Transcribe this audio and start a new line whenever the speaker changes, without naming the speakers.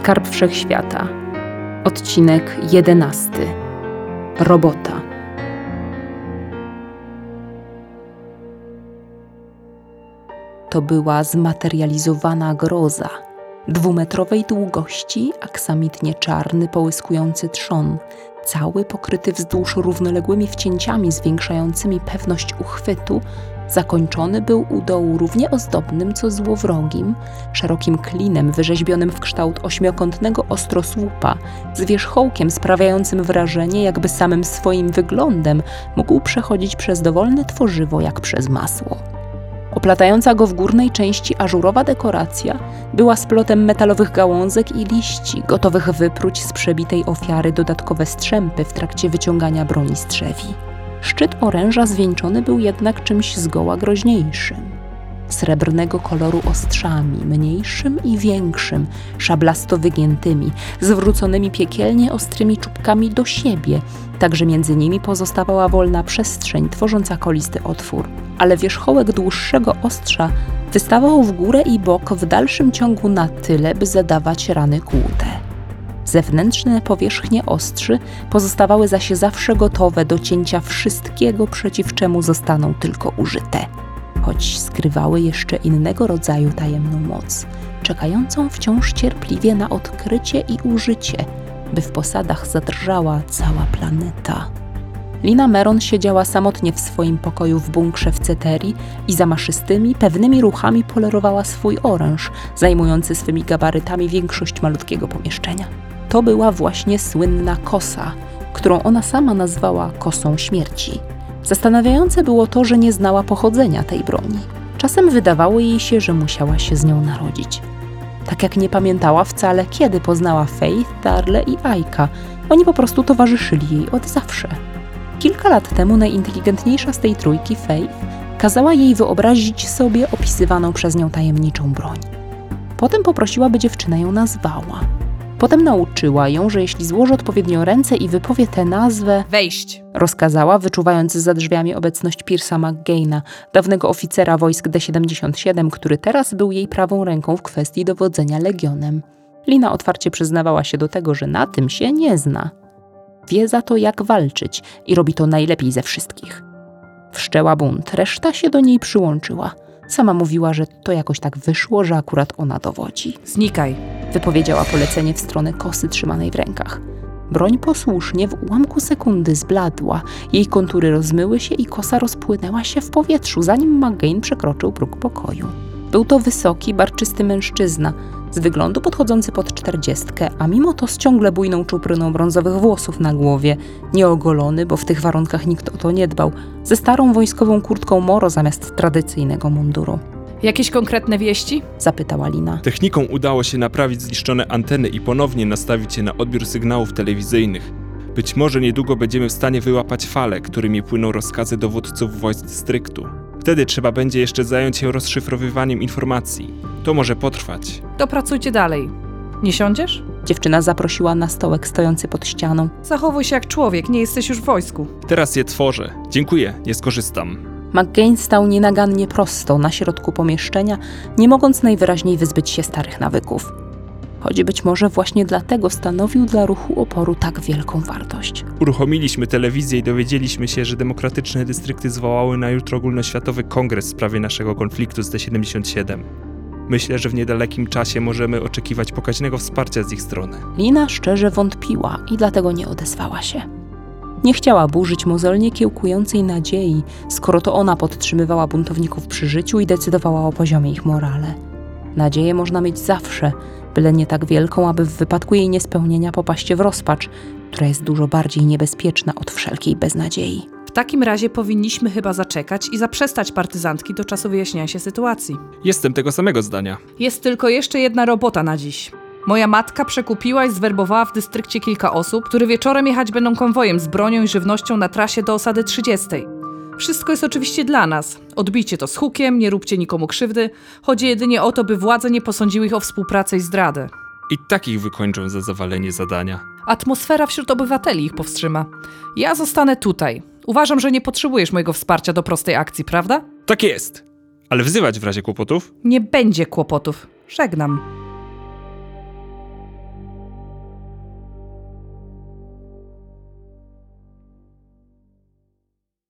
Skarb Wszechświata. Odcinek 11. Robota. To była zmaterializowana groza. 2-metrowej długości, aksamitnie czarny, połyskujący trzon, cały pokryty wzdłuż równoległymi wcięciami zwiększającymi pewność uchwytu, zakończony był u dołu równie ozdobnym, co złowrogim, szerokim klinem wyrzeźbionym w kształt ośmiokątnego ostrosłupa, z wierzchołkiem sprawiającym wrażenie, jakby samym swoim wyglądem mógł przechodzić przez dowolne tworzywo jak przez masło. Oplatająca go w górnej części ażurowa dekoracja była splotem metalowych gałązek i liści, gotowych wypróć z przebitej ofiary dodatkowe strzępy w trakcie wyciągania broni strzewi. Szczyt oręża zwieńczony był jednak czymś zgoła groźniejszym. Srebrnego koloru ostrzami, mniejszym i większym, szablasto wygiętymi, zwróconymi piekielnie ostrymi czubkami do siebie, tak że między nimi pozostawała wolna przestrzeń tworząca kolisty otwór. Ale wierzchołek dłuższego ostrza wystawał w górę i bok w dalszym ciągu na tyle, by zadawać rany kłute. Zewnętrzne powierzchnie ostrzy pozostawały zaś zawsze gotowe do cięcia wszystkiego, przeciw czemu zostaną tylko użyte, choć skrywały jeszcze innego rodzaju tajemną moc, czekającą wciąż cierpliwie na odkrycie i użycie, by w posadach zadrżała cała planeta. Lina Meron siedziała samotnie w swoim pokoju w bunkrze w Ceterii i zamaszystymi, pewnymi ruchami polerowała swój oręż, zajmujący swymi gabarytami większość malutkiego pomieszczenia. To była właśnie słynna kosa, którą ona sama nazwała kosą śmierci. Zastanawiające było to, że nie znała pochodzenia tej broni. Czasem wydawało jej się, że musiała się z nią narodzić. Tak jak nie pamiętała wcale, kiedy poznała Faith, Darle i Aika. Oni po prostu towarzyszyli jej od zawsze. Kilka lat temu najinteligentniejsza z tej trójki, Faith, kazała jej wyobrazić sobie opisywaną przez nią tajemniczą broń. Potem poprosiła, by dziewczyna ją nazwała. Potem nauczyła ją, że jeśli złoży odpowiednio ręce i wypowie tę nazwę...
Wejść!
Rozkazała, wyczuwając za drzwiami obecność Pierce'a McGaina, dawnego oficera wojsk D-77, który teraz był jej prawą ręką w kwestii dowodzenia legionem. Lina otwarcie przyznawała się do tego, że na tym się nie zna. Wie za to, jak walczyć i robi to najlepiej ze wszystkich. Wszczęła bunt, reszta się do niej przyłączyła. Sama mówiła, że to jakoś tak wyszło, że akurat ona dowodzi.
Znikaj!
Wypowiedziała polecenie w stronę kosy trzymanej w rękach. Broń posłusznie w ułamku sekundy zbladła, jej kontury rozmyły się i kosa rozpłynęła się w powietrzu, zanim McGain przekroczył próg pokoju. Był to wysoki, barczysty mężczyzna, z wyglądu podchodzący pod 40, a mimo to z ciągle bujną czupryną brązowych włosów na głowie, nieogolony, bo w tych warunkach nikt o to nie dbał, ze starą wojskową kurtką moro zamiast tradycyjnego munduru.
Jakieś konkretne wieści?
Zapytała Lina.
Technikom udało się naprawić zniszczone anteny i ponownie nastawić je na odbiór sygnałów telewizyjnych. Być może niedługo będziemy w stanie wyłapać fale, którymi płyną rozkazy dowódców wojsk dystryktu. Wtedy trzeba będzie jeszcze zająć się rozszyfrowywaniem informacji. To może potrwać.
Dopracujcie dalej. Nie siądziesz?
Dziewczyna zaprosiła na stołek stojący pod ścianą.
Zachowuj się jak człowiek, nie jesteś już w wojsku.
Teraz je tworzę. Dziękuję, nie skorzystam.
McGain stał nienagannie prosto na środku pomieszczenia, nie mogąc najwyraźniej wyzbyć się starych nawyków. Choć być może właśnie dlatego stanowił dla ruchu oporu tak wielką wartość.
Uruchomiliśmy telewizję i dowiedzieliśmy się, że demokratyczne dystrykty zwołały na jutro ogólnoświatowy kongres w sprawie naszego konfliktu z D-77. Myślę, że w niedalekim czasie możemy oczekiwać pokaźnego wsparcia z ich strony.
Lina szczerze wątpiła i dlatego nie odezwała się. Nie chciała burzyć mozolnie kiełkującej nadziei, skoro to ona podtrzymywała buntowników przy życiu i decydowała o poziomie ich morale. Nadzieję można mieć zawsze, byle nie tak wielką, aby w wypadku jej niespełnienia popaść w rozpacz, która jest dużo bardziej niebezpieczna od wszelkiej beznadziei.
W takim razie powinniśmy chyba zaczekać i zaprzestać partyzantki do czasu wyjaśnienia się sytuacji.
Jestem tego samego zdania.
Jest tylko jeszcze jedna robota na dziś. Moja matka przekupiła i zwerbowała w dystrykcie kilka osób, które wieczorem jechać będą konwojem z bronią i żywnością na trasie do osady 30. Wszystko jest oczywiście dla nas. Odbijcie to z hukiem, nie róbcie nikomu krzywdy. Chodzi jedynie o to, by władze nie posądziły ich o współpracę i zdradę.
I tak ich wykończą za zawalenie zadania.
Atmosfera wśród obywateli ich powstrzyma. Ja zostanę tutaj. Uważam, że nie potrzebujesz mojego wsparcia do prostej akcji, prawda?
Tak jest. Ale wzywać w razie kłopotów?
Nie będzie kłopotów. Żegnam.